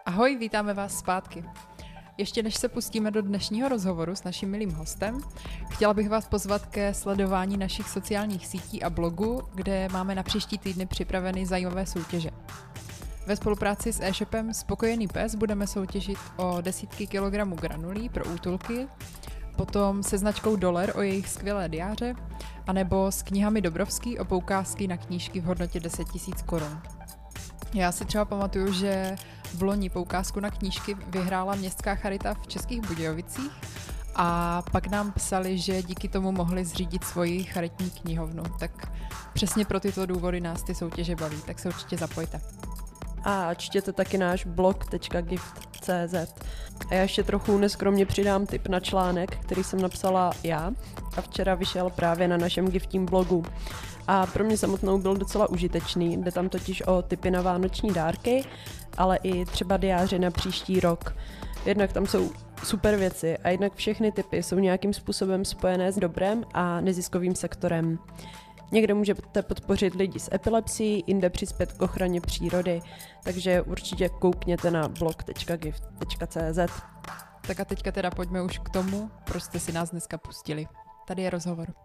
Ahoj, vítáme vás zpátky. Ještě než se pustíme do dnešního rozhovoru s naším milým hostem, chtěla bych vás pozvat ke sledování našich sociálních sítí a blogu, kde máme na příští týdny připraveny zajímavé soutěže. Ve spolupráci s e-shopem Spokojený pes budeme soutěžit o desítky kilogramů granulí pro útulky, potom se značkou Dollar o jejich skvělé diáře, anebo s knihami Dobrovský o poukázky na knížky v hodnotě 10 000 korun. Já si třeba pamatuju, že v loni poukázku na knížky vyhrála Městská charita v Českých Budějovicích a pak nám psali, že díky tomu mohli zřídit svoji charitní knihovnu. Tak přesně pro tyto důvody nás ty soutěže baví, tak se určitě zapojte. A čtěte taky náš blog.gift.cz. A já ještě trochu neskromně přidám tip na článek, který jsem napsala já a včera vyšel právě na našem giftím blogu. A pro mě samotnou byl docela užitečný, jde tam totiž o tipy na vánoční dárky, ale i třeba diáře na příští rok. Jednak tam jsou super věci a jednak všechny tipy jsou nějakým způsobem spojené s dobrem a neziskovým sektorem. Někde můžete podpořit lidi s epilepsií, jinde přispět k ochraně přírody, takže určitě koukněte na blog.gift.cz. Tak a teďka teda pojďme už k tomu, proč jste si nás dneska pustili. Tady je rozhovor.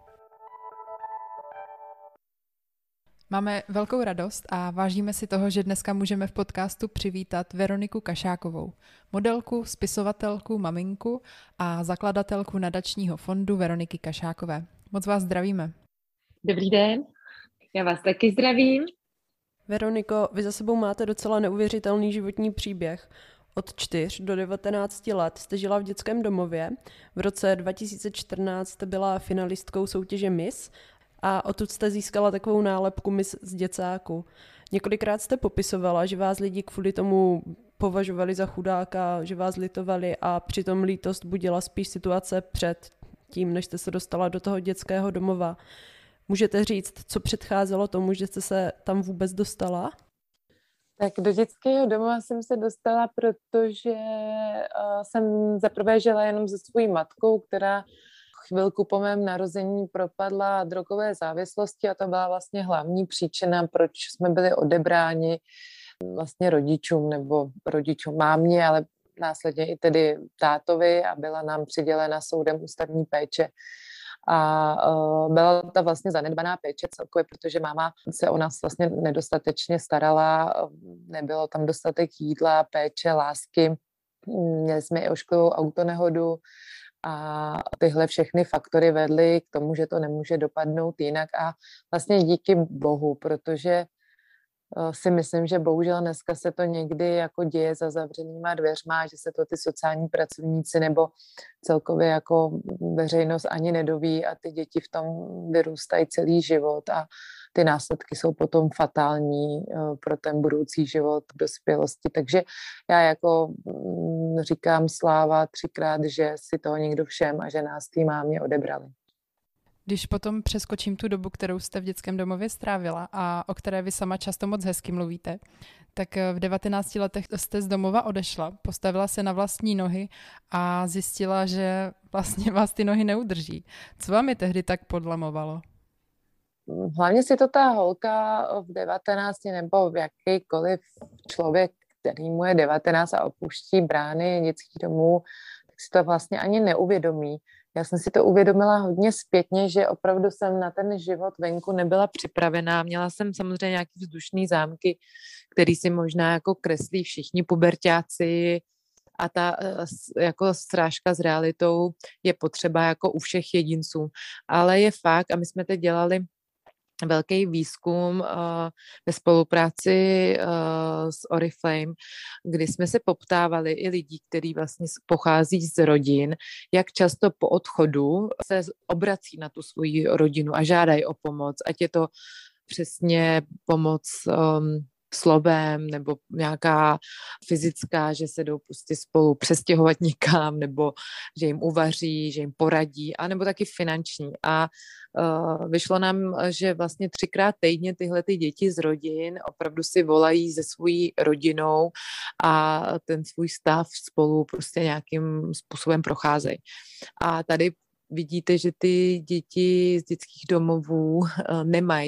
Máme velkou radost a vážíme si toho, že dneska můžeme v podcastu přivítat Veroniku Kašákovou, modelku, spisovatelku, maminku a zakladatelku nadačního fondu Veroniky Kašákové. Moc vás zdravíme. Dobrý den, já vás taky zdravím. Veroniko, vy za sebou máte docela neuvěřitelný životní příběh. Od 4 do 19 let jste žila v dětském domově, v roce 2014 jste byla finalistkou soutěže Miss a odtud jste získala takovou nálepku Miss z děcáku. Několikrát jste popisovala, že vás lidi kvůli tomu považovali za chudáka, že vás litovali a přitom lítost budila spíš situace před tím, než jste se dostala do toho dětského domova. Můžete říct, co předcházelo tomu, že jste se tam vůbec dostala? Tak do dětského domova jsem se dostala, protože jsem zaprvé žila jenom se svou matkou, která chvilku po mém narození propadla drogové závislosti a to byla vlastně hlavní příčina, proč jsme byli odebráni vlastně rodičům mámě, ale následně i tedy tátovi a byla nám přidělena soudem ústavní péče. A byla ta vlastně zanedbaná péče celkově, protože máma se o nás vlastně nedostatečně starala, nebylo tam dostatek jídla, péče, lásky, měli jsme i ošklivou autonehodu a tyhle všechny faktory vedly k tomu, že to nemůže dopadnout jinak a vlastně díky Bohu, protože si myslím, že bohužel dneska se to někdy jako děje za zavřenýma dveřma, že se to ty sociální pracovníci nebo celkově jako veřejnost ani nedoví a ty děti v tom vyrůstají celý život a ty následky jsou potom fatální pro ten budoucí život v dospělosti. Takže já jako říkám sláva 3krát, že si toho někdo všem a že nás tý mámě odebrali. Když potom přeskočím tu dobu, kterou jste v dětském domově strávila a o které vy sama často moc hezky mluvíte, tak v 19 letech jste z domova odešla, postavila se na vlastní nohy a zjistila, že vlastně vás ty nohy neudrží. Co vám je tehdy tak podlamovalo? Hlavně si to ta holka v 19 nebo jakýkoliv člověk, který mu je 19 a opuští brány dětských domů, tak si to vlastně ani neuvědomí. Já jsem si to uvědomila hodně zpětně, že opravdu jsem na ten život venku nebyla připravená. Měla jsem samozřejmě nějaký vzdušný zámky, který si možná jako kreslí všichni puberťáci a ta jako srážka s realitou je potřeba jako u všech jedinců. Ale je fakt, a my jsme teď dělali velký výzkum ve spolupráci s Oriflame, kdy jsme se poptávali i lidí, kteří vlastně pochází z rodin, jak často po odchodu se obrací na tu svoji rodinu a žádají o pomoc, ať je to přesně pomoc slovem nebo nějaká fyzická, že se jdou prostě spolu přestěhovat někam nebo že jim uvaří, že jim poradí, anebo taky finanční. A vyšlo nám, že vlastně 3krát týdně tyhle ty děti z rodin opravdu si volají se svojí rodinou a ten svůj stav spolu prostě nějakým způsobem procházejí. A tady vidíte, že ty děti z dětských domovů nemají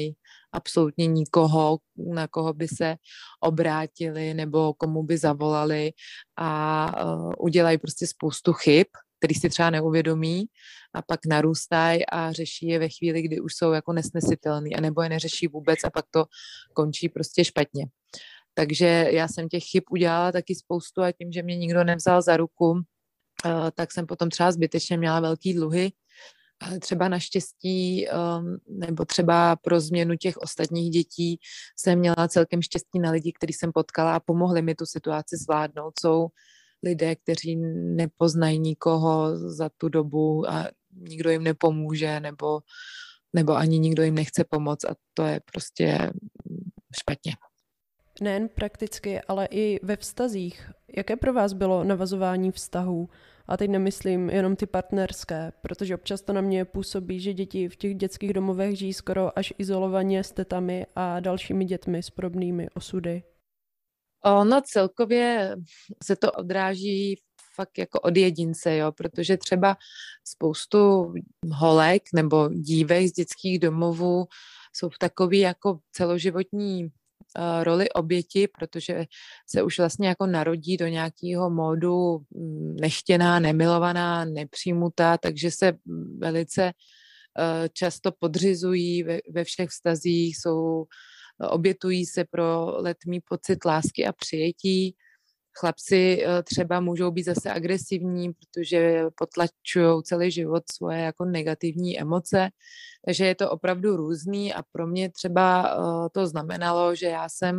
absolutně nikoho, na koho by se obrátili nebo komu by zavolali a udělají prostě spoustu chyb, který si třeba neuvědomí a pak narůstají a řeší je ve chvíli, kdy už jsou jako nesnesitelný, anebo je neřeší vůbec a pak to končí prostě špatně. Takže já jsem těch chyb udělala taky spoustu a tím, že mě nikdo nevzal za ruku, tak jsem potom třeba zbytečně měla velký dluhy, ale třeba naštěstí, nebo třeba pro změnu těch ostatních dětí jsem měla celkem štěstí na lidi, který jsem potkala a pomohli mi tu situaci zvládnout. Jsou lidé, kteří nepoznají nikoho za tu dobu a nikdo jim nepomůže, nebo ani nikdo jim nechce pomoct a to je prostě špatně. Nejen prakticky, ale i ve vztazích. Jaké pro vás bylo navazování vztahů? A teď nemyslím jenom ty partnerské, protože občas to na mě působí, že děti v těch dětských domovech žijí skoro až izolovaně s tetami a dalšími dětmi s podobnými osudy. No celkově se to odráží fakt jako od jedince, jo, protože třeba spoustu holek nebo dívek z dětských domovů jsou v takové jako celoživotní roli oběti, protože se už vlastně jako narodí do nějakého módu nechtěná, nemilovaná, nepřijmutá, takže se velice často podřizují ve všech vztazích, obětují se pro letmý pocit lásky a přijetí. Chlapci třeba můžou být zase agresivní, protože potlačují celý život svoje jako negativní emoce, takže je to opravdu různý a pro mě třeba to znamenalo, že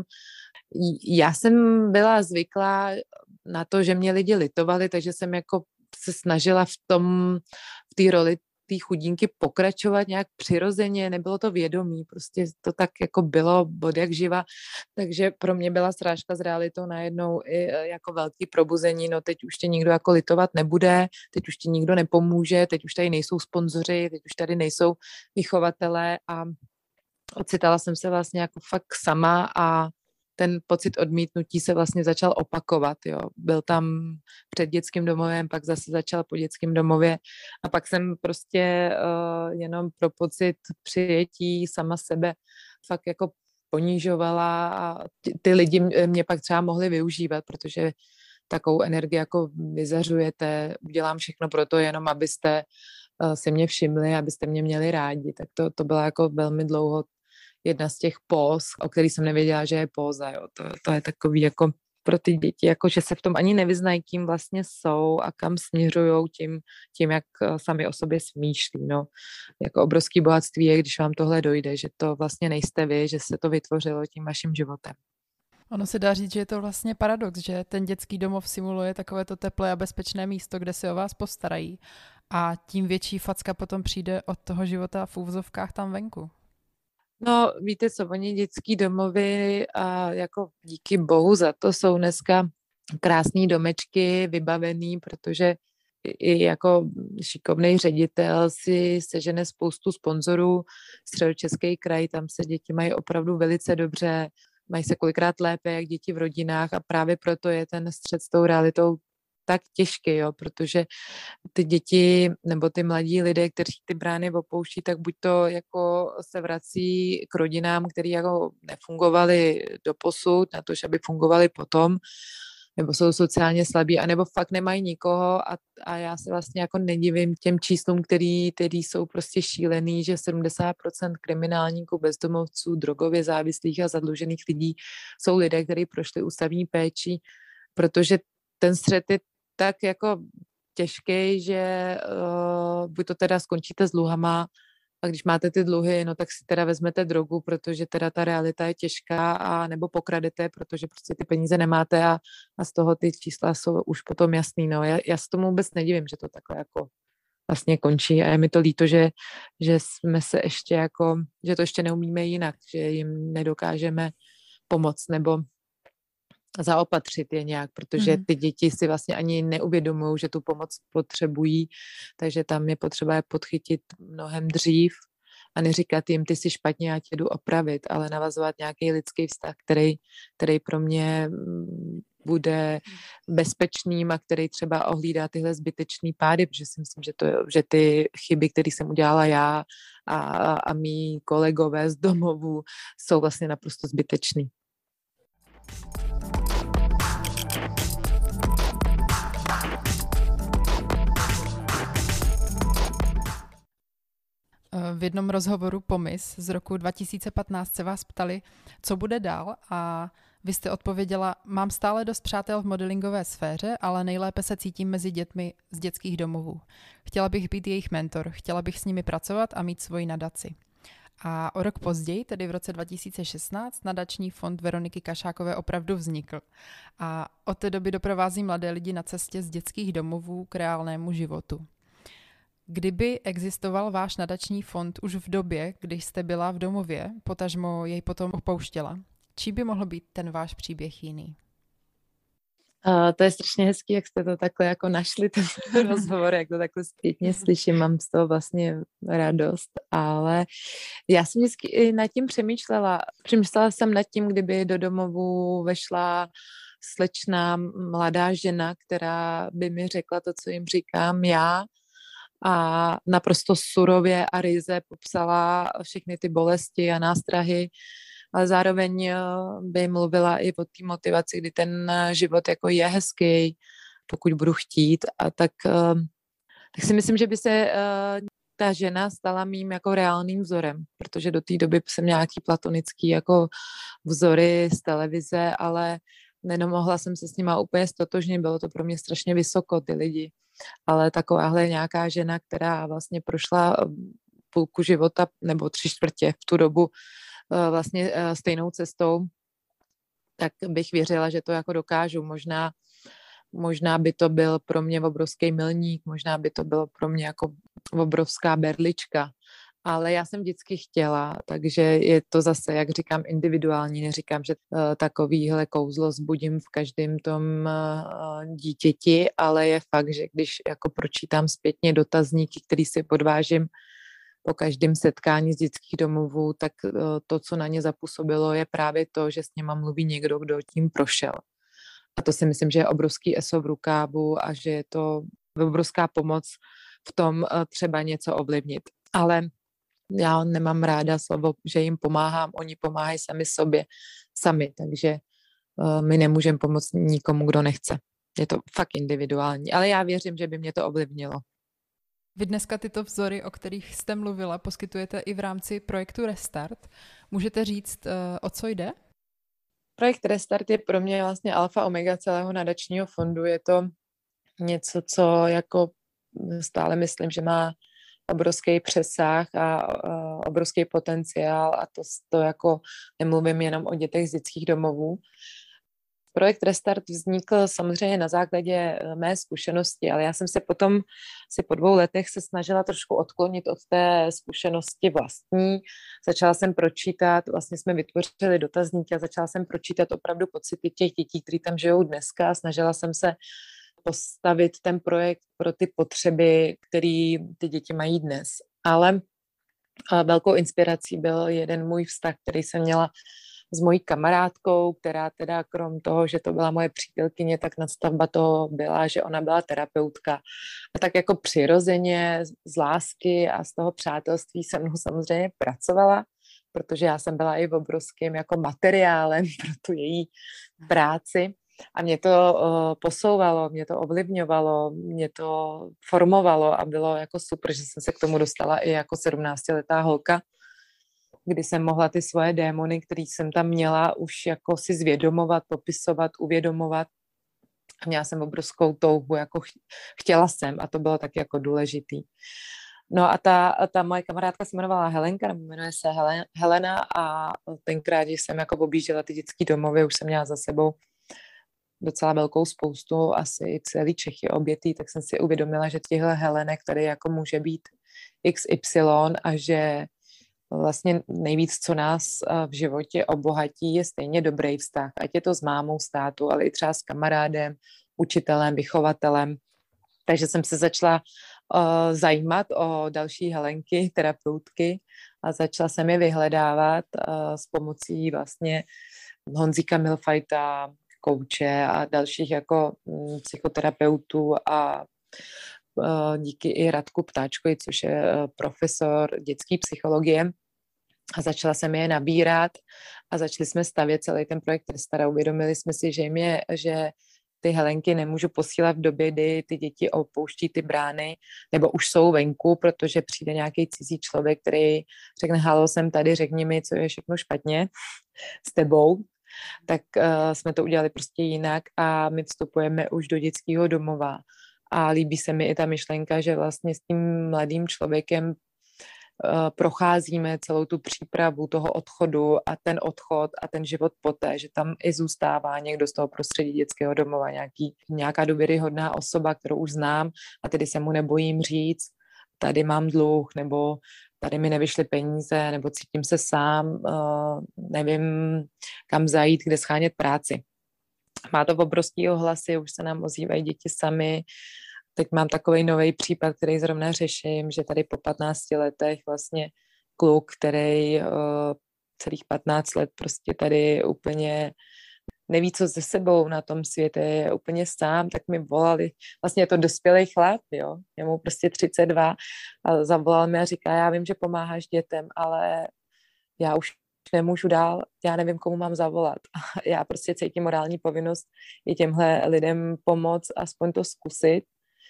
já jsem byla zvyklá na to, že mě lidi litovali, takže jsem jako se snažila v té roli té chudinky pokračovat nějak přirozeně, nebylo to vědomí, prostě to tak jako bylo od jak živa, takže pro mě byla srážka s realitou najednou i jako velký probuzení, no teď už tě nikdo jako litovat nebude, teď už ti nikdo nepomůže, teď už tady nejsou sponzoři, teď už tady nejsou vychovatelé a ocitala jsem se vlastně jako fakt sama a ten pocit odmítnutí se vlastně začal opakovat, jo. Byl tam před dětským domovem, pak zase začal po dětském domově a pak jsem prostě jenom pro pocit přijetí sama sebe fakt jako ponižovala a ty lidi mě pak třeba mohli využívat, protože takovou energii jako vyzařujete, udělám všechno pro to, jenom abyste si mě všimli, abyste mě měli rádi, tak to byla jako velmi dlouho jedna z těch póz, o který jsem nevěděla, že je póza, jo. To je takový jako pro ty děti, jako že se v tom ani nevyznají, kým vlastně jsou a kam směřujou tím, jak sami o sobě smýšlí, no. Jako obrovský bohatství je, když vám tohle dojde, že to vlastně nejste vy, že se to vytvořilo tím vaším životem. Ono se dá říct, že je to vlastně paradox, že ten dětský domov simuluje takovéto teplé a bezpečné místo, kde se o vás postarají a tím větší facka potom přijde od toho života v úvozovkách tam venku. No, víte co, oni dětský domovy a jako díky bohu za to jsou dneska krásný domečky vybavený, protože i jako šikovný ředitel si sežene spoustu sponzorů, Středočeský kraj, tam se děti mají opravdu velice dobře, mají se kolikrát lépe jak děti v rodinách a právě proto je ten střet s tou realitou tak těžký, jo, protože ty děti nebo ty mladí lidé, kteří ty brány opouští, tak buď to jako se vrací k rodinám, které jako nefungovaly doposud, na to, aby fungovaly potom, nebo jsou sociálně slabí, anebo fakt nemají nikoho a já se vlastně jako nedivím těm číslům, který jsou prostě šílený, že 70% kriminálníků, bezdomovců, drogově závislých a zadlužených lidí jsou lidé, kteří prošli ústavní péči, protože ten střet je tak jako těžký, že buď to teda skončíte s dluhama a když máte ty dluhy, no tak si teda vezmete drogu, protože teda ta realita je těžká a nebo pokradete, protože prostě ty peníze nemáte a z toho ty čísla jsou už potom jasný. No. Já se tomu vůbec nedivím, že to takhle jako vlastně končí a je mi to líto, že jsme se ještě jako, že to ještě neumíme jinak, že jim nedokážeme pomoct nebo zaopatřit je nějak, protože ty děti si vlastně ani neuvědomují, že tu pomoc potřebují, takže tam je potřeba je podchytit mnohem dřív a neříkat jim, ty jsi špatně, já tě jdu opravit, ale navazovat nějaký lidský vztah, který pro mě bude bezpečným a který třeba ohlídá tyhle zbytečný pády, protože si myslím, že ty chyby, které jsem udělala já a mý kolegové z domovů, jsou vlastně naprosto zbytečný. V jednom rozhovoru POMIS z roku 2015 se vás ptali, co bude dál, a vy jste odpověděla: mám stále dost přátel v modelingové sféře, ale nejlépe se cítím mezi dětmi z dětských domovů. Chtěla bych být jejich mentor, chtěla bych s nimi pracovat a mít svoji nadaci. A o rok později, tedy v roce 2016, nadační fond Veroniky Kašákové opravdu vznikl. A od té doby doprovází mladé lidi na cestě z dětských domovů k reálnému životu. Kdyby existoval váš nadační fond už v době, když jste byla v domově, potažmo jej potom opouštěla, čí by mohl být ten váš příběh jiný? To je strašně hezký, jak jste to takhle jako našli, ten rozhovor, jak to takhle zpětně slyším, mám z toho vlastně radost, ale já jsem vždycky i nad tím přemýšlela. Přemýšlela jsem nad tím, kdyby do domovu vešla slečná mladá žena, která by mi řekla to, co jim říkám já, a naprosto surově a ryze popsala všechny ty bolesti a nástrahy, ale zároveň by mluvila i o té motivaci, kdy ten život jako je hezký, pokud budu chtít. A tak si myslím, že by se ta žena stala mým jako reálným vzorem, protože do té doby jsem měla nějaký platonický jako vzory z televize, ale nemohla jsem se s nima úplně stotožnit, bylo to pro mě strašně vysoko, ty lidi. Ale takováhle nějaká žena, která vlastně prošla půlku života nebo 3/4 v tu dobu vlastně stejnou cestou, tak bych věřila, že to jako dokážu. Možná by to byl pro mě obrovský milník, možná by to bylo pro mě jako obrovská berlička, ale já jsem vždycky chtěla, takže je to zase, jak říkám, individuální. Neříkám, že takovýhle kouzlo zbudím v každém tom dítěti, ale je fakt, že když jako pročítám zpětně dotazníky, který si podvážím po každém setkání z dětských domovů, tak to, co na ně zapůsobilo, je právě to, že s něma mluví někdo, kdo tím prošel. A to si myslím, že je obrovský eso v rukávu a že je to obrovská pomoc v tom třeba něco ovlivnit. Ale já nemám ráda slovo, že jim pomáhám, oni pomáhají sami sobě, sami, takže my nemůžeme pomoct nikomu, kdo nechce. Je to fakt individuální, ale já věřím, že by mě to ovlivnilo. Vy dneska tyto vzory, o kterých jste mluvila, poskytujete i v rámci projektu Restart. Můžete říct, o co jde? Projekt Restart je pro mě vlastně alfa omega celého nadačního fondu. Je to něco, co jako stále myslím, že má obrovský přesah a obrovský potenciál, a to jako nemluvím jenom o dětech z dětských domovů. Projekt Restart vznikl samozřejmě na základě mé zkušenosti, ale já jsem se potom po 2 letech se snažila trošku odklonit od té zkušenosti vlastní. Začala jsem pročítat, vlastně jsme vytvořili dotazníky a začala jsem pročítat opravdu pocity těch dětí, kteří tam žijou dneska, a snažila jsem se postavit ten projekt pro ty potřeby, které ty děti mají dnes. Ale velkou inspirací byl jeden můj vztah, který jsem měla s mojí kamarádkou, která teda krom toho, že to byla moje přítelkyně, tak nadstavba toho byla, že ona byla terapeutka. A tak jako přirozeně z lásky a z toho přátelství se mnou samozřejmě pracovala, protože já jsem byla i obrovským jako materiálem pro tu její práci. A mě to posouvalo, mě to ovlivňovalo, mě to formovalo a bylo jako super, že jsem se k tomu dostala i jako 17letá holka, kdy jsem mohla ty svoje démony, které jsem tam měla, už jako si zvědomovat, popisovat, uvědomovat. A měla jsem obrovskou touhu, jako chtěla jsem, a to bylo taky jako důležitý. No a ta moje kamarádka se jmenovala Helenka, nebo jmenuje se Helena, a tenkrát, když jsem jako objížděla ty dětské domovy, už jsem měla za sebou docela velkou spoustu, asi celý Čechy obětý, tak jsem si uvědomila, že těchto Helenek tady jako může být XY a že vlastně nejvíc, co nás v životě obohatí, je stejně dobrý vztah. Ať je to s mámou, s tátou, ale i třeba s kamarádem, učitelem, vychovatelem. Takže jsem se začala zajímat o další Helenky, terapeutky, a začala jsem je vyhledávat s pomocí vlastně Honzíka Milfajta, kouče a dalších jako psychoterapeutů a díky i Radku Ptáčkovi, což je profesor dětské psychologie. A začala jsem je nabírat a začali jsme stavět celý ten projekt Restara. Uvědomili jsme si, že ty Helenky nemůžu posílat v době, kdy ty děti opouští ty brány, nebo už jsou venku, protože přijde nějaký cizí člověk, který řekne, halo, jsem tady, řekni mi, co je všechno špatně s tebou. Tak jsme to udělali prostě jinak a my vstupujeme už do dětského domova. A líbí se mi i ta myšlenka, že vlastně s tím mladým člověkem procházíme celou tu přípravu toho odchodu a ten odchod a ten život poté, že tam i zůstává někdo z toho prostředí dětského domova, nějaká důvěryhodná osoba, kterou už znám a tedy se mu nebojím říct, tady mám dluh, nebo tady mi nevyšly peníze, nebo cítím se sám, nevím, kam zajít, kde schánět práci. Má to obrovský ohlasy, už se nám ozývají děti sami. Teď mám takový nový případ, který zrovna řeším, že tady po 15 letech vlastně kluk, který celých 15 let prostě tady úplně neví, co se sebou na tom světě, je úplně sám, tak mi volali, vlastně je to dospělý chlap, jo, je mu prostě 32 a zavolal mi a říká, já vím, že pomáháš dětem, ale já už nemůžu dál, já nevím, komu mám zavolat. Já prostě cítím morální povinnost i těmhle lidem pomoct, aspoň to zkusit.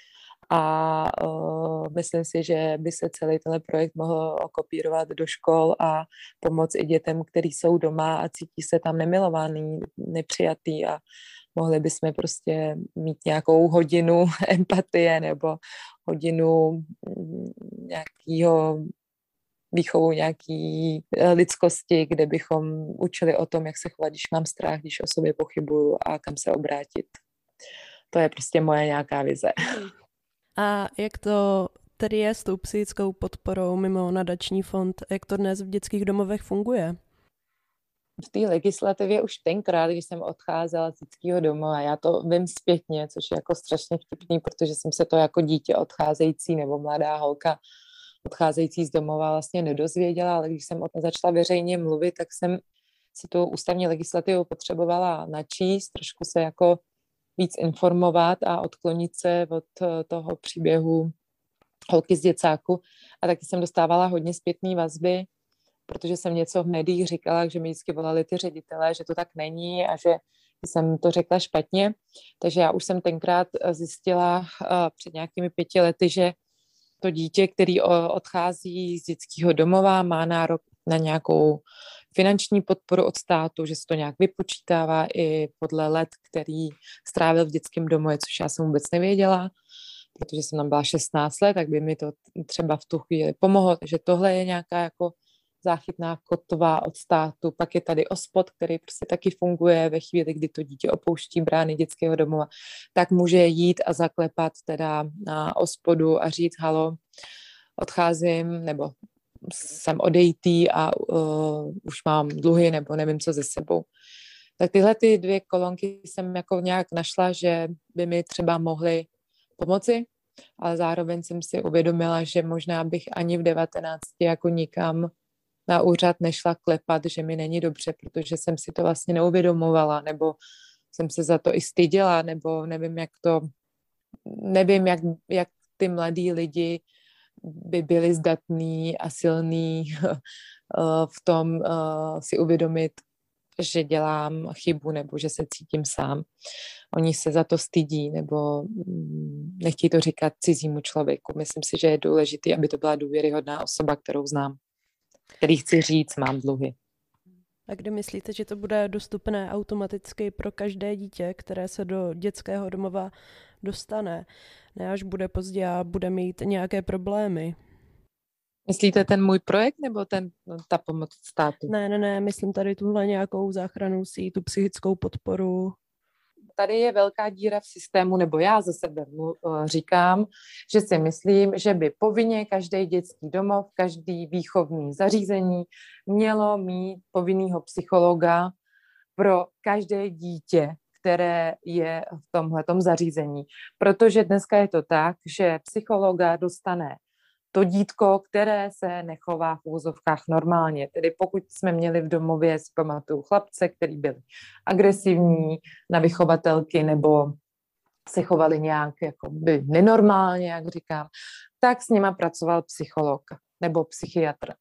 A myslím si, že by se celý tenhle projekt mohl okopírovat do škol a pomoct i dětem, kteří jsou doma a cítí se tam nemilovaný, nepřijatý a mohli bychom prostě mít nějakou hodinu empatie nebo hodinu nějakého výchovu nějaký lidskosti, kde bychom učili o tom, jak se chovat, když mám strach, když o sobě pochybuju a kam se obrátit. To je prostě moje nějaká vize. A jak to tedy je s tou psychickou podporou mimo nadační fond? Jak to dnes v dětských domovech funguje? V té legislativě už tenkrát, když jsem odcházela z dětského domova, já to vím zpětně, což je jako strašně vtipný, protože jsem se to jako dítě odcházející nebo mladá holka odcházející z domova vlastně nedozvěděla, ale když jsem o tom začala veřejně mluvit, tak jsem si tu ústavní legislativu potřebovala načíst, trošku se jako víc informovat a odklonit se od toho příběhu holky z děcáku. A taky jsem dostávala hodně zpětné vazby, protože jsem něco v médiích říkala, že mi vždycky volali ty ředitelé, že to tak není a že jsem to řekla špatně. Takže já už jsem tenkrát zjistila před nějakými 5 lety, že to dítě, který odchází z dětského domova, má nárok na nějakou finanční podporu od státu, že se to nějak vypočítává i podle let, který strávil v dětském domově, což já jsem vůbec nevěděla, protože jsem tam byla 16 let, tak by mi to třeba v tu chvíli pomohlo. Takže tohle je nějaká jako záchytná kotva od státu. Pak je tady OSPOD, který prostě taky funguje ve chvíli, kdy to dítě opouští brány dětského domova, tak může jít a zaklepat teda na OSPODu a říct, halo, odcházím, nebo jsem odejítý a už mám dluhy, nebo nevím, co ze sebou. Tak tyhle ty 2 kolonky jsem jako nějak našla, že by mi třeba mohly pomoci, ale zároveň jsem si uvědomila, že možná bych ani v 19 jako nikam na úřad nešla klepat, že mi není dobře, protože jsem si to vlastně neuvědomovala, nebo jsem se za to i styděla, nebo nevím, jak ty mladí lidi by byli zdatní a silní v tom si uvědomit, že dělám chybu nebo že se cítím sám. Oni se za to stydí nebo nechtějí to říkat cizímu člověku. Myslím si, že je důležité, aby to byla důvěryhodná osoba, kterou znám, který chci říct, mám dluhy. A kdy myslíte, že to bude dostupné automaticky pro každé dítě, které se do dětského domova dostane, ne až bude pozdě a bude mít nějaké problémy? Myslíte ten můj projekt nebo ta pomoc státu? Ne, myslím tady tuhle nějakou záchrannou síť, tu psychickou podporu. Tady je velká díra v systému, nebo já za sebe říkám, že si myslím, že by povinně každý dětský domov, každý výchovní zařízení mělo mít povinnýho psychologa pro každé dítě, které je v tomhletom zařízení. Protože dneska je to tak, že psychologa dostane to dítko, které se nechová v úzovkách normálně. Tedy pokud jsme měli v domově, si pamatuju, chlapce, který byli agresivní na vychovatelky nebo se chovali nějak jakoby nenormálně, jak říkám, tak s nima pracoval psycholog nebo psychiatr.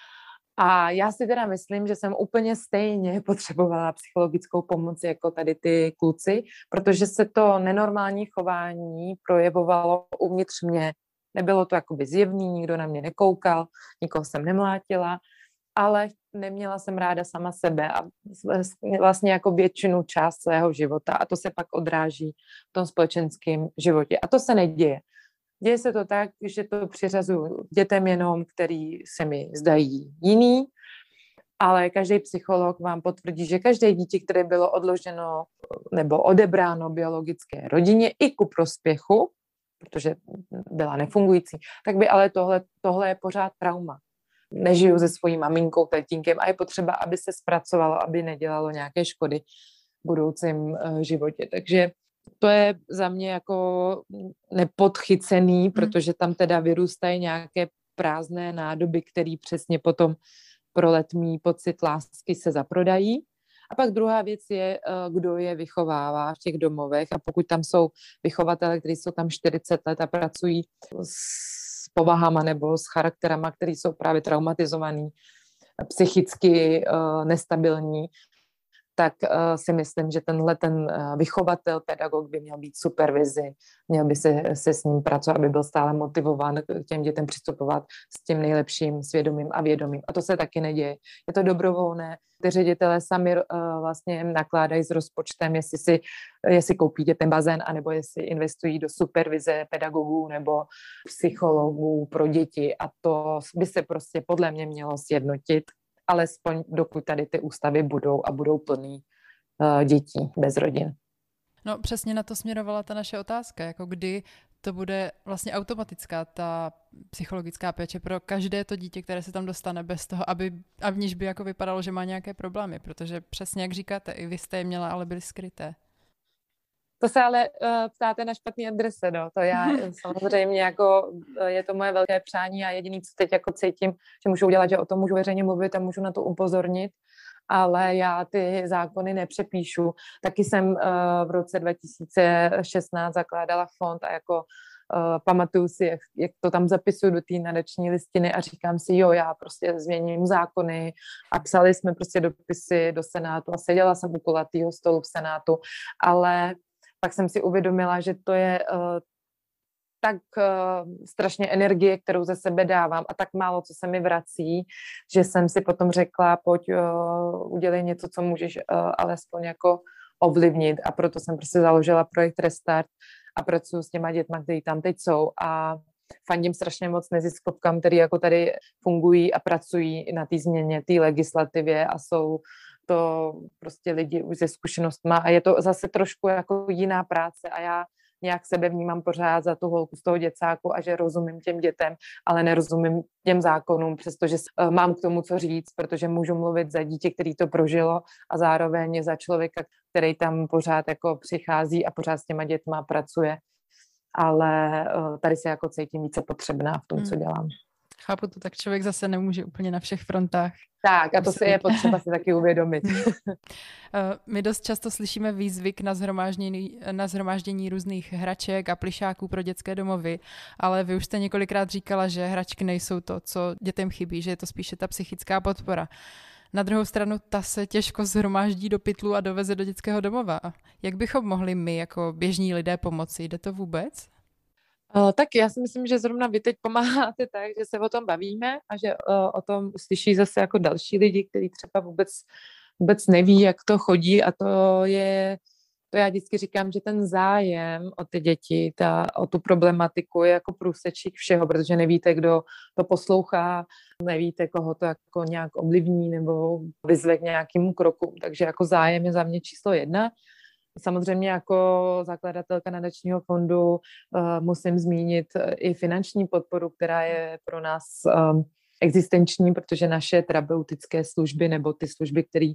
A já si teda myslím, že jsem úplně stejně potřebovala psychologickou pomoc jako tady ty kluci, protože se to nenormální chování projevovalo uvnitř mě. Nebylo to jakoby zjevný, nikdo na mě nekoukal, nikoho jsem nemlátila, ale neměla jsem ráda sama sebe a vlastně jako většinu část svého života a to se pak odráží v tom společenském životě. A to se neděje. Děje se to tak, že to přiřazuju dětem jenom, který se mi zdají jiný, ale každý psycholog vám potvrdí, že každé dítě, které bylo odloženo nebo odebráno biologické rodině i ku prospěchu, protože byla nefungující, tak by ale tohle je pořád trauma. Nežiju se svojí maminkou, tatínkem a je potřeba, aby se zpracovalo, aby nedělalo nějaké škody v budoucím životě. Takže to je za mě jako nepodchycený, protože tam teda vyrůstají nějaké prázdné nádoby, které přesně potom pro letmý pocit lásky se zaprodají. A pak druhá věc je, kdo je vychovává v těch domovech a pokud tam jsou vychovatele, kteří jsou tam 40 let a pracují s povahama nebo s charakterama, které jsou právě traumatizovaný, psychicky nestabilní, tak si myslím, že ten vychovatel, pedagog by měl být supervizi, měl by se s ním pracovat, aby byl stále motivován k těm dětem přistupovat s tím nejlepším svědomím a vědomím. A to se taky neděje. Je to dobrovolné. Ty ředitelé sami vlastně nakládají s rozpočtem, jestli koupí dětem bazén, anebo jestli investují do supervize pedagogů nebo psychologů pro děti. A to by se prostě podle mě mělo sjednotit, alespoň dokud tady ty ústavy budou a budou plný dětí bez rodin. No přesně na to směrovala ta naše otázka, jako kdy to bude vlastně automatická ta psychologická péče pro každé to dítě, které se tam dostane bez toho, aniž by jako vypadalo, že má nějaké problémy, protože přesně jak říkáte, i vy jste je měla, ale byly skryté. To se ale ptáte na špatný adrese, no. To já samozřejmě jako, je to moje velké přání a jediný, co teď jako cítím, že můžu udělat, že o tom můžu veřejně mluvit a můžu na to upozornit, ale já ty zákony nepřepíšu. Taky jsem v roce 2016 zakládala fond a jako pamatuju si, jak to tam zapisuju do té nadační listiny a říkám si, jo, já prostě změním zákony a psali jsme prostě dopisy do Senátu a seděla jsem u kulatýho stolu v Senátu, ale pak jsem si uvědomila, že to je tak strašně energie, kterou ze sebe dávám a tak málo, co se mi vrací, že jsem si potom řekla, pojď udělej něco, co můžeš alespoň jako ovlivnit a proto jsem prostě založila projekt Restart a pracuji s těma dětma, kteří tam teď jsou a fandím strašně moc neziskovkám, který jako tady fungují a pracují na té změně, té legislativě a jsou to prostě lidi už se zkušenostma a je to zase trošku jako jiná práce a já nějak sebe vnímám pořád za tu holku z toho děcáku a že rozumím těm dětem, ale nerozumím těm zákonům, přestože mám k tomu co říct, protože můžu mluvit za dítě, který to prožilo a zároveň za člověka, který tam pořád jako přichází a pořád s těma dětma pracuje. Ale tady se jako cítím více potřebná v tom, co dělám. Chápu to, tak člověk zase nemůže úplně na všech frontách. Tak a to si je potřeba si taky uvědomit. My dost často slyšíme výzvy na shromáždění různých hraček a plyšáků pro dětské domovy, ale vy už jste několikrát říkala, že hračky nejsou to, co dětem chybí, že je to spíše ta psychická podpora. Na druhou stranu ta se těžko shromáždí do pytlu a doveze do dětského domova. Jak bychom mohli my jako běžní lidé pomoci? Jde to vůbec? Tak já si myslím, že zrovna vy teď pomáháte tak, že se o tom bavíme a že o tom slyší zase jako další lidi, kteří třeba vůbec neví, jak to chodí a to já vždycky říkám, že ten zájem o ty děti, o tu problematiku je jako průsečík všeho, protože nevíte, kdo to poslouchá, nevíte, koho to jako nějak ovlivní nebo vyzve k nějakému kroku, takže jako zájem je za mě číslo 1. Samozřejmě jako zakladatelka nadačního fondu musím zmínit i finanční podporu, která je pro nás existenční, protože naše terapeutické služby nebo ty služby, které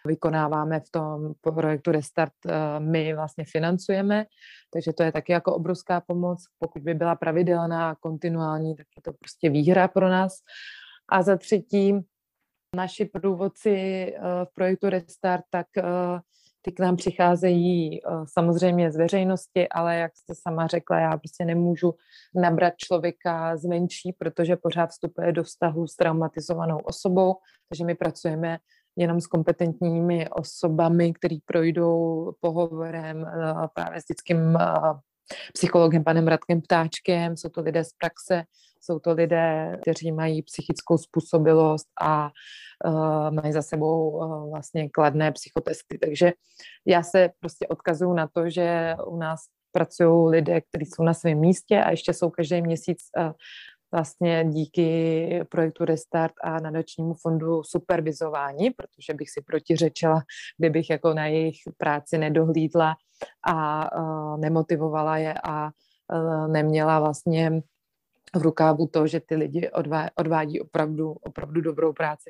vykonáváme v tom projektu Restart, my vlastně financujeme, takže to je taky jako obrovská pomoc. Pokud by byla pravidelná, kontinuální, tak je to prostě výhra pro nás. A za třetí, naši průvodci v projektu Restart, tak ty k nám přicházejí samozřejmě z veřejnosti, ale jak jste sama řekla, já prostě nemůžu nabrat člověka zvenčí, protože pořád vstupuje do vztahu s traumatizovanou osobou, takže my pracujeme jenom s kompetentními osobami, který projdou pohovorem právě s dětským psychologem panem Radkem Ptáčkem, jsou to lidé z praxe, jsou to lidé, kteří mají psychickou způsobilost a mají za sebou vlastně kladné psychotesty. Takže já se prostě odkazuju na to, že u nás pracují lidé, kteří jsou na svém místě a ještě jsou každý měsíc vlastně díky projektu Restart a nadačnímu fondu supervizováni, protože bych si protiřečila, kdybych jako na jejich práci nedohlídla a nemotivovala je a neměla vlastně v rukávu to, že ty lidi odvádí opravdu dobrou práci.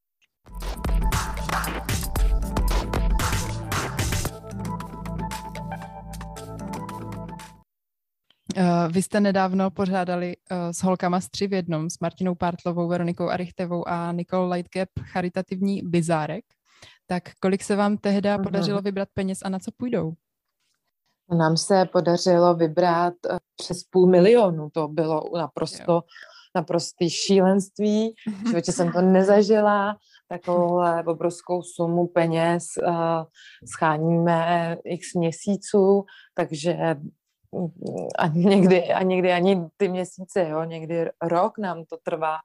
Vy jste nedávno pořádali s holkama z 3 v jednom, s Martinou Pártlovou, Veronikou Arichtevou a Nicole Lightcap charitativní bizárek. Tak kolik se vám tehdy podařilo vybrat peněz a na co půjdou? Nám se podařilo vybrat přes 500 000. To bylo naprostý šílenství. V životě jsem to nezažila. Takovouhle obrovskou sumu peněz scháníme x měsíců, takže a někdy ani ty měsíce, jo, někdy rok nám to trvá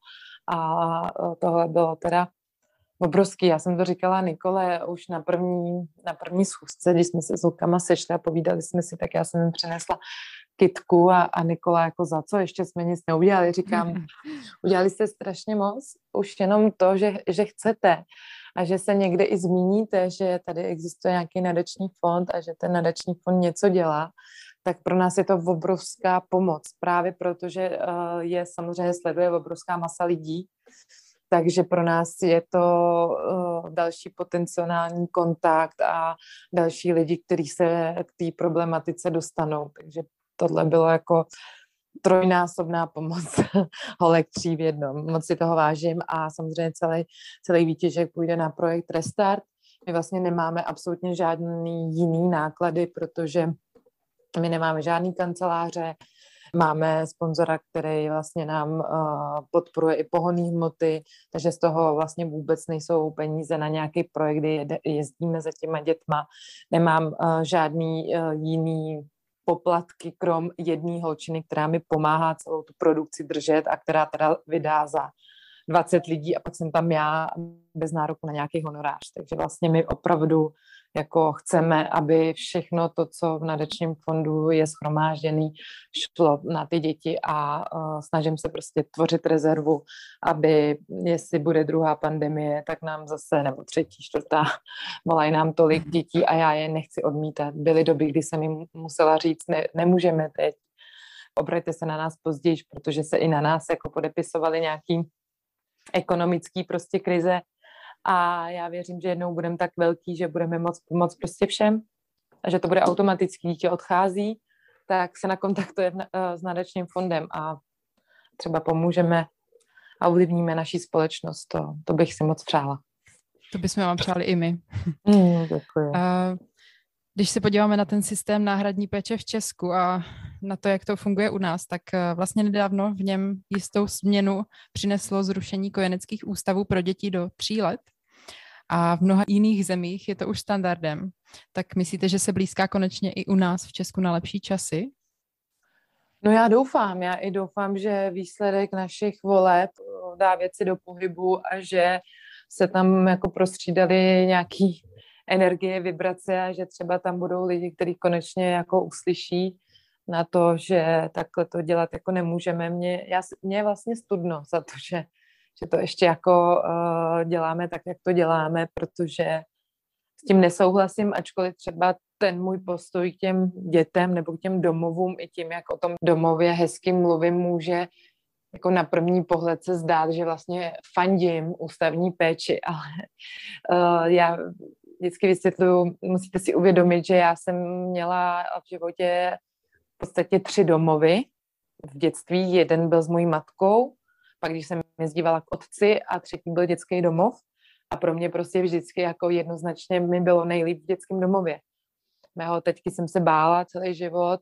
a tohle bylo teda obrovský. Já jsem to říkala Nikole už na první schůzce, když jsme se s holkama sešli a povídali jsme si, tak já jsem jim přinesla kytku a Nikola jako za co, ještě jsme nic neudělali. Říkám, udělali jste strašně moc, už jenom to, že chcete a že se někde i zmíníte, že tady existuje nějaký nadační fond a že ten nadační fond něco dělá, tak pro nás je to obrovská pomoc. Právě protože je samozřejmě sleduje obrovská masa lidí, takže pro nás je to další potenciální kontakt a další lidi, kteří se k té problematice dostanou. Takže tohle bylo jako trojnásobná pomoc holek 3 v jednom. Moc si toho vážím a samozřejmě celý výtěžek půjde na projekt Restart. My vlastně nemáme absolutně žádný jiný náklady, protože my nemáme žádný kanceláře, máme sponzora, který vlastně nám podporuje i pohonné hmoty, takže z toho vlastně vůbec nejsou peníze na nějaký projekt, kdy jezdíme za těma dětma. Nemám žádný jiný poplatky, krom jedné holčiny, která mi pomáhá celou tu produkci držet a která teda vydá za 20 lidí a pak jsem tam já bez nároku na nějaký honorář. Takže vlastně my opravdu jako chceme, aby všechno to, co v nadačním fondu je shromážděné, šlo na ty děti a snažím se prostě tvořit rezervu, aby jestli bude druhá pandemie, tak nám zase, nebo 3., 4., volají nám tolik dětí a já je nechci odmítat. Byly doby, kdy jsem jim musela říct, nemůžeme teď, obraťte se na nás později, protože se i na nás jako podepisovaly nějaký ekonomický prostě krize a já věřím, že jednou budeme tak velký, že budeme moct pomoct prostě všem a že to bude automaticky, dítě odchází, tak se nakontaktuje s nadačním fondem a třeba pomůžeme a ovlivníme naši společnost. To bych si moc přála. To bychom vám přáli i my. Děkuji. Když se podíváme na ten systém náhradní péče v Česku a na to, jak to funguje u nás, tak vlastně nedávno v něm jistou změnu přineslo zrušení kojeneckých ústavů pro děti do 3 let a v mnoha jiných zemích je to už standardem. Tak myslíte, že se blízká konečně i u nás v Česku na lepší časy? No já i doufám, že výsledek našich voleb dá věci do pohybu a že se tam jako prostřídali nějaký energie, vibrace a že třeba tam budou lidi, kteří konečně jako uslyší na to, že takhle to dělat jako nemůžeme. Mě je vlastně studno za to, že to ještě jako děláme tak, jak to děláme, protože s tím nesouhlasím, ačkoliv třeba ten můj postoj k těm dětem nebo k těm domovům i tím, jak o tom domově hezky mluvím, může jako na první pohled se zdát, že vlastně fandím ústavní péči, ale já vždycky vysvětluju, musíte si uvědomit, že já jsem měla v životě v podstatě 3 domovy v dětství. Jeden byl s mojí matkou, pak když jsem jezdívala k otci a 3. byl dětský domov. A pro mě prostě vždycky jako jednoznačně mi bylo nejlíp v dětském domově. Mého teďky jsem se bála celý život,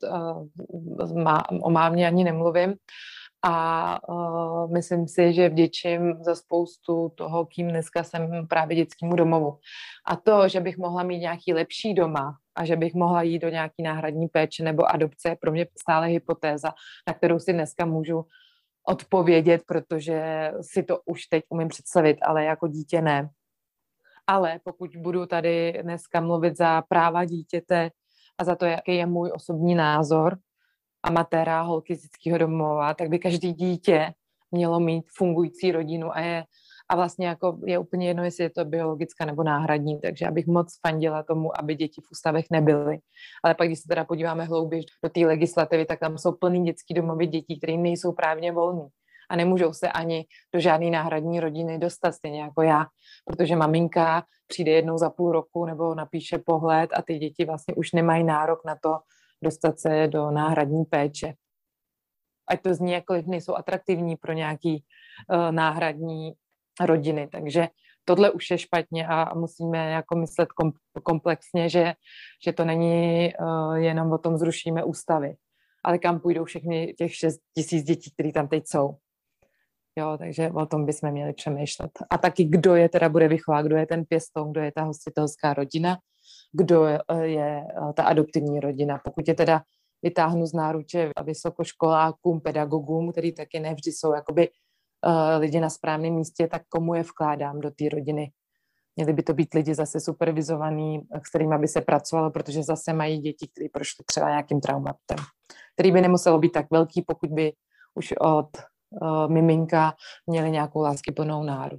o mámě ani nemluvím. A myslím si, že vděčím za spoustu toho, kým dneska jsem právě dětskému domovu. A to, že bych mohla mít nějaký lepší doma a že bych mohla jít do nějaký náhradní péče nebo adopce, je pro mě stále hypotéza, na kterou si dneska můžu odpovědět, protože si to už teď umím představit, ale jako dítě ne. Ale pokud budu tady dneska mluvit za práva dítěte a za to, jaký je můj osobní názor, amatéra, holky z dětského domova, tak by každý dítě mělo mít fungující rodinu a vlastně jako je úplně jedno, jestli je to biologická nebo náhradní, takže já bych moc fandila tomu, aby děti v ústavech nebyly. Ale pak, když se teda podíváme hlouběji do té legislativy, tak tam jsou plný dětský domovy dětí, které nejsou právně volný a nemůžou se ani do žádné náhradní rodiny dostat, stejně jako já, protože maminka přijde jednou za půl roku nebo napíše pohled a ty děti vlastně už nemají nárok na to dostat se do náhradní péče. Ať to zní jakkoliv, nejsou atraktivní pro nějaký náhradní rodiny, takže tohle už je špatně a musíme jako myslet komplexně, že to není jenom o tom zrušíme ústavy, ale kam půjdou všechny těch 6 000 dětí, které tam teď jsou. Jo, takže o tom bychom měli přemýšlet. A taky, kdo je teda bude vychovat, kdo je ten pěstoun, kdo je ta hostitelská rodina, kdo je ta adoptivní rodina. Pokud je teda vytáhnu z náruče vysokoškolákům, pedagogům, který taky nevždy jsou jakoby lidi na správném místě, tak komu je vkládám do té rodiny? Měli by to být lidi zase supervizovaný, s kterými by se pracovalo, protože zase mají děti, které prošly třeba nějakým traumatem, který by nemuselo být tak velký, pokud by už od miminka měli nějakou láskyplnou náruč.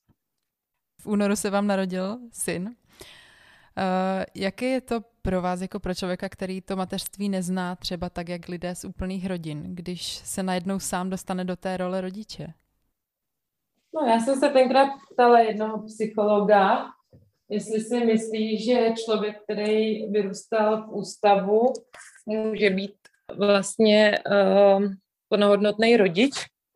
V únoru se vám narodil syn. Jaké je to pro vás jako pro člověka, který to mateřství nezná třeba tak, jak lidé z úplných rodin, když se najednou sám dostane do té role rodiče? No, já jsem se tenkrát ptala jednoho psychologa, jestli si myslí, že člověk, který vyrůstal v ústavu, může být vlastně plnohodnotný rodič.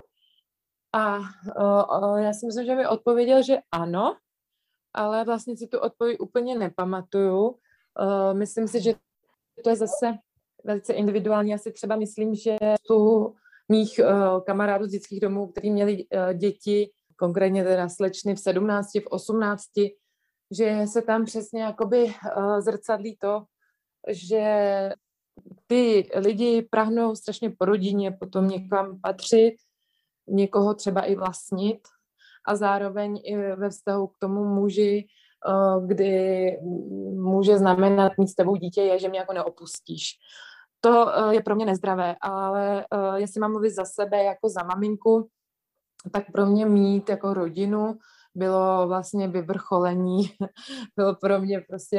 A já si myslím, že mi odpověděl, že ano, ale vlastně si tu odpověď úplně nepamatuju. Myslím si, že to je zase velice individuální. Já si třeba myslím, že tu mých kamarádů z dětských domů, kteří měli děti, konkrétně teda slečny v 17, v 18, že se tam přesně jakoby zrcadlí to, že ty lidi prahnou strašně po rodině, potom někam patřit, někoho třeba i vlastnit a zároveň i ve vztahu k tomu muži, kdy může znamenat mít s tebou dítě, je, že mě jako neopustíš. To je pro mě nezdravé, ale jestli mám mluvit za sebe jako za maminku, tak pro mě mít jako rodinu bylo vlastně vyvrcholení, bylo pro mě prostě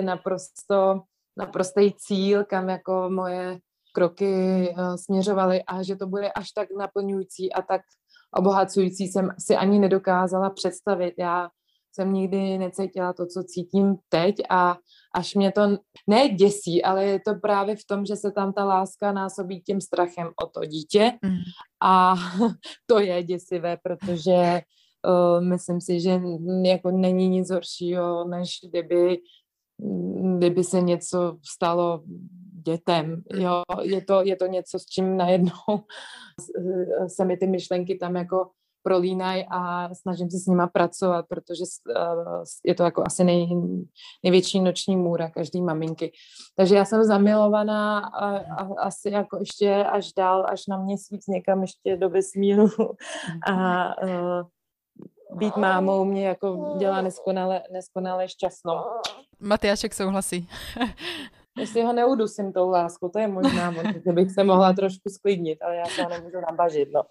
naprostý cíl, kam jako moje kroky směřovaly a že to bude až tak naplňující a tak obohacující jsem si ani nedokázala představit. Já jsem nikdy necítila to, co cítím teď a až mě to ne děsí, ale je to právě v tom, že se tam ta láska násobí tím strachem o to dítě a to je děsivé, protože myslím si, že jako není nic horšího, než kdyby se něco stalo dětem. Jo? Je to něco, s čím najednou se mi ty myšlenky tam jako prolínají a snažím se s nima pracovat, protože je to jako asi největší noční můra každý maminky. Takže já jsem zamilovaná a asi jako ještě až dál, až na měsíc někam ještě do vesmíru a být mámou mě jako dělá neskonale šťastnou. Matyášek souhlasí. Jestli ho neudusím tou láskou, to je možná, protože bych se mohla trošku sklidnit, ale já se ho nemůžu nabažit, no.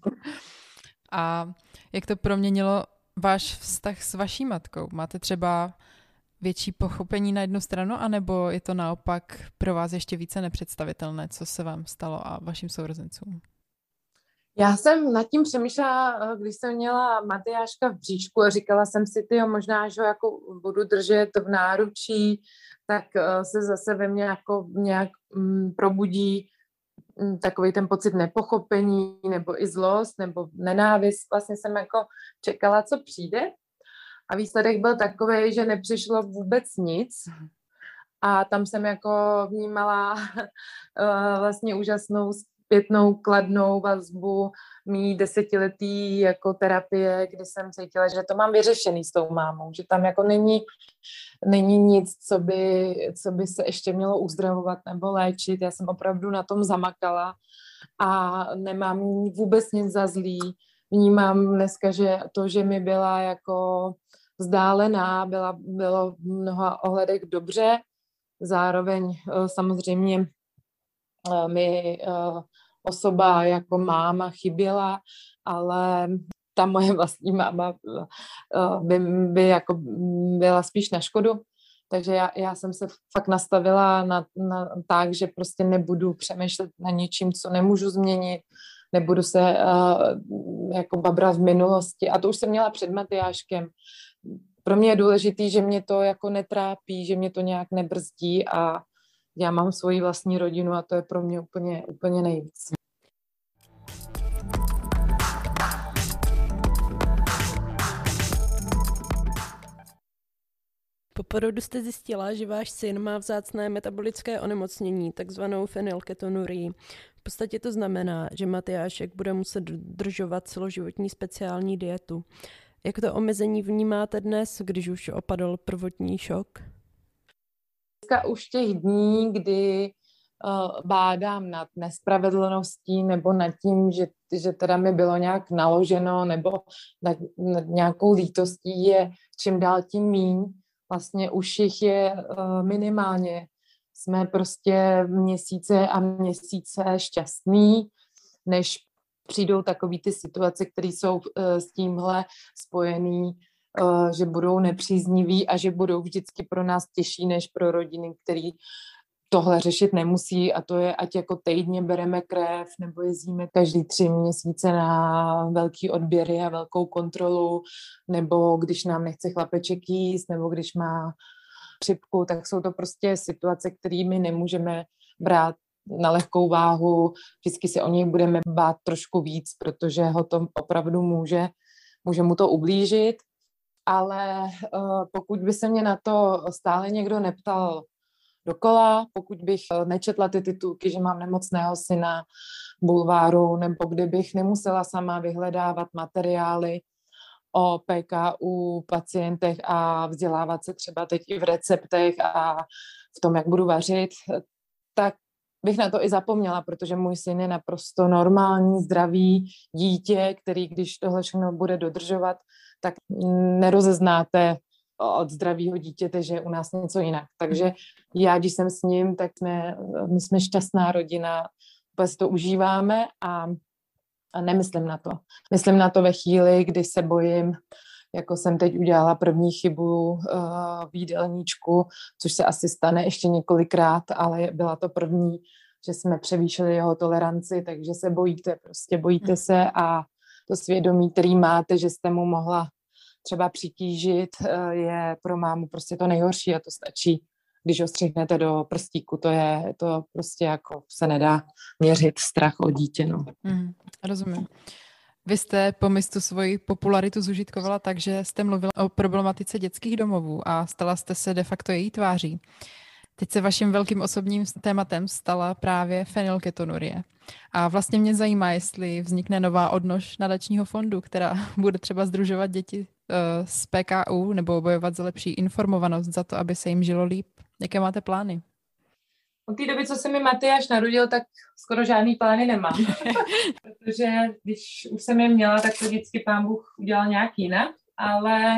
A jak to proměnilo váš vztah s vaší matkou? Máte třeba větší pochopení na jednu stranu, anebo je to naopak pro vás ještě více nepředstavitelné, co se vám stalo a vašim sourozencům? Já jsem nad tím přemýšlela, když jsem měla Matyáška v bříšku a říkala jsem si, tyjo, možná, že ho jako budu držet v náručí, tak se zase ve mně jako nějak probudí takový ten pocit nepochopení, nebo i zlost, nebo nenávist. Vlastně jsem jako čekala, co přijde. A výsledek byl takový, že nepřišlo vůbec nic. A tam jsem jako vnímala vlastně úžasnou zpětnou kladnou vazbu mý 10letý jako terapie, kdy jsem cítila, že to mám vyřešený s tou mámou, že tam jako není nic, co by se ještě mělo uzdravovat nebo léčit. Já jsem opravdu na tom zamakala a nemám vůbec nic za zlý. Vnímám dneska, že to, že mi byla jako vzdálená, bylo v mnoha ohledech dobře. Zároveň samozřejmě mi osoba jako máma chyběla, ale ta moje vlastní máma by jako byla spíš na škodu. Takže já jsem se fakt nastavila tak, že prostě nebudu přemýšlet na něčím, co nemůžu změnit, nebudu se jako babrat v minulosti. A to už jsem měla před Matyáškem. Pro mě je důležitý, že mě to jako netrápí, že mě to nějak nebrzdí a já mám svoji vlastní rodinu a to je pro mě úplně nejvíc. Po porodu jste zjistila, že váš syn má vzácné metabolické onemocnění, takzvanou fenylketonurii. V podstatě to znamená, že Matyášek bude muset dodržovat celoživotní speciální dietu. Jak to omezení vnímáte dnes, když už opadl prvotní šok? Dneska už těch dní, kdy bádám nad nespravedlností nebo nad tím, že teda mi bylo nějak naloženo nebo nad nějakou lítostí je čím dál tím míň. Vlastně už jich je minimálně. Jsme prostě měsíce a měsíce šťastný, než přijdou takový ty situace, které jsou s tímhle spojený, že budou nepřízniví a že budou vždycky pro nás těžší než pro rodiny, který tohle řešit nemusí a to je, ať jako týdně bereme krev nebo jezdíme každý 3 měsíce na velký odběry a velkou kontrolu, nebo když nám nechce chlapeček jíst, nebo když má chřipku, tak jsou to prostě situace, kterými nemůžeme brát na lehkou váhu. Vždycky se o něj budeme bát trošku víc, protože ho to opravdu může mu to ublížit, ale pokud by se mě na to stále někdo neptal dokola, pokud bych nečetla ty titulky, že mám nemocného syna bulváru, nebo kdybych nemusela sama vyhledávat materiály o PKU pacientech a vzdělávat se třeba teď i v receptech a v tom, jak budu vařit, tak bych na to i zapomněla, protože můj syn je naprosto normální, zdravý dítě, který když tohle všechno bude dodržovat, tak nerozeznáte od zdravého dítěte, že je u nás něco jinak. Takže já, když jsem s ním, tak my jsme šťastná rodina, úplně si to užíváme a nemyslím na to. Myslím na to ve chvíli, kdy se bojím, jako jsem teď udělala první chybu v jídelníčku, což se asi stane ještě několikrát, ale byla to první, že jsme převýšili jeho toleranci, takže se bojíte se a to svědomí, který máte, že jste mu mohla třeba přitížit, je pro mámu prostě to nejhorší a to stačí, když ho střihnete do prstíku, to prostě jako se nedá měřit strach o dítě. No. Rozumím. Vy jste po mistu svoji popularitu zužitkovala tak, že jste mluvila o problematice dětských domovů a stala jste se de facto její tváří. Teď se vaším velkým osobním tématem stala právě fenylketonurie. A vlastně mě zajímá, jestli vznikne nová odnož nadačního fondu, která bude třeba sdružovat děti z PKU nebo bojovat za lepší informovanost, za to, aby se jim žilo líp. Jaké máte plány? Od té doby, co se mi Matyáš narodil, tak skoro žádný plány nemám. Protože když už jsem je měla, tak to vždycky Pán Bůh udělal nějak jinak. Ale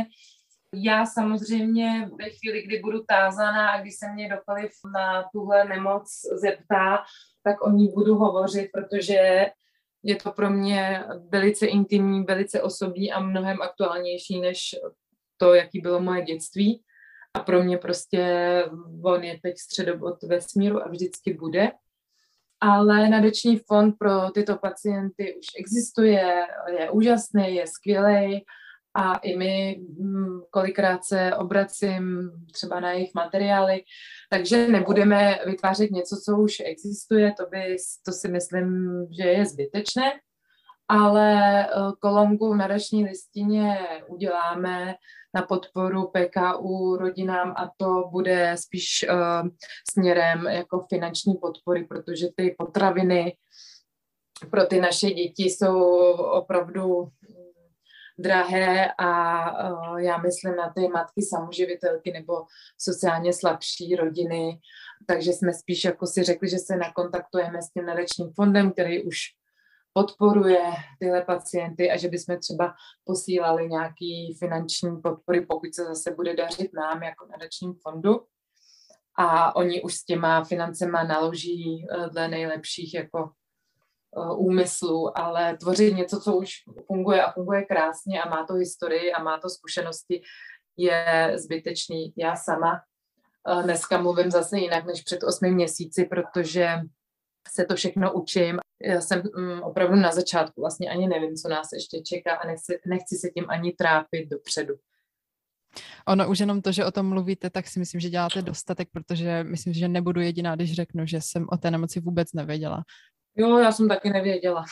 já samozřejmě ve chvíli, kdy budu tázaná a když se mě dokoliv na tuhle nemoc zeptá, tak o ní budu hovořit, protože je to pro mě velice intimní, velice osobní a mnohem aktuálnější než to, jaký bylo moje dětství. A pro mě prostě on je teď středobod vesmíru a vždycky bude. ale nadační fond pro tyto pacienty už existuje, je úžasný, je skvělý a i my kolikrát se obracím třeba na jejich materiály, takže nebudeme vytvářet něco, co už existuje, to si myslím, že je zbytečné, ale kolonku v nadační listině uděláme na podporu PKU rodinám a to bude spíš směrem jako finanční podpory, protože ty potraviny pro ty naše děti jsou opravdu drahé a já myslím na ty matky samoživitelky nebo sociálně slabší rodiny, takže jsme spíš jako si řekli, že se nakontaktujeme s tím nadačním fondem, který už podporuje tyhle pacienty a že bychom třeba posílali nějaký finanční podpory, pokud se zase bude dařit nám jako nadačním fondu. A oni už s těma financema naloží dle nejlepších jako úmyslů, ale tvořit něco, co už funguje a funguje krásně a má to historii a má to zkušenosti, je zbytečný. Já sama dneska mluvím zase jinak než před 8 měsíci, protože se to všechno učím. Já jsem opravdu na začátku, vlastně ani nevím, co nás ještě čeká a nechci se tím ani trápit dopředu. Ono už jenom to, že o tom mluvíte, tak si myslím, že děláte dostatek, protože myslím, že nebudu jediná, když řeknu, že jsem o té nemoci vůbec nevěděla. Jo, já jsem taky nevěděla.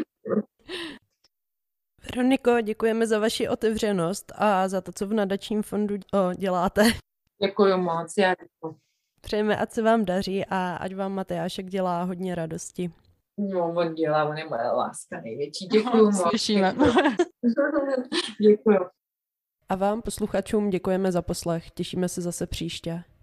Veroniko, děkujeme za vaši otevřenost a za to, co v nadačním fondu děláte. Děkuji moc, já děkuji. Přejeme, ať se vám daří a ať vám Matyášek dělá hodně radosti. No, on dělá, on je moje láska největší. Děkuji moc. Slyšíme. Děkuji. A vám, posluchačům, děkujeme za poslech. Těšíme se zase příště.